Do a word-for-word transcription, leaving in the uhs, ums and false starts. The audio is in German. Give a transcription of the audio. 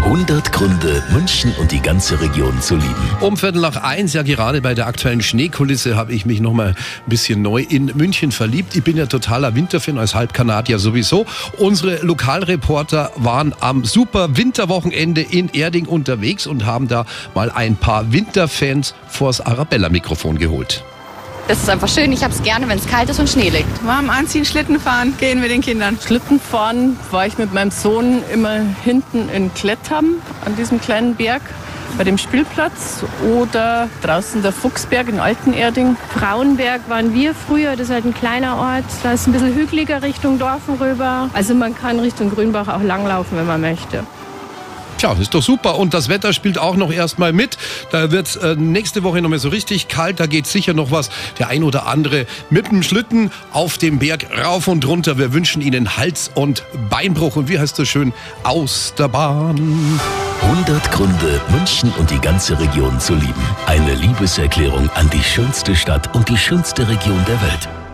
hundert Gründe, München und die ganze Region zu lieben. Um Viertel nach eins, ja gerade bei der aktuellen Schneekulisse, habe ich mich noch mal ein bisschen neu in München verliebt. Ich bin ja totaler Winterfan, als Halbkanadier sowieso. Unsere Lokalreporter waren am super Winterwochenende in Erding unterwegs und haben da mal ein paar Winterfans vors Arabella-Mikrofon geholt. Das ist einfach schön. Ich habe es gerne, wenn es kalt ist und Schnee liegt. Warm anziehen, Schlitten fahren, gehen mit den Kindern. Schlitten fahren war ich mit meinem Sohn immer hinten in Klettham an diesem kleinen Berg bei dem Spielplatz oder draußen der Fuchsberg in Altenerding. Frauenberg waren wir früher, das ist halt ein kleiner Ort. Da ist ein bisschen hügeliger Richtung Dorfen rüber. Also man kann Richtung Grünbach auch langlaufen, wenn man möchte. Tja, ist doch super. Und das Wetter spielt auch noch erstmal mit. Da wird es äh, nächste Woche noch mal so richtig kalt. Da geht sicher noch was. Der ein oder andere mit dem Schlitten auf dem Berg rauf und runter. Wir wünschen Ihnen Hals- und Beinbruch. Und wie heißt das schön? Aus der Bahn. hundert Gründe, München und die ganze Region zu lieben. Eine Liebeserklärung an die schönste Stadt und die schönste Region der Welt.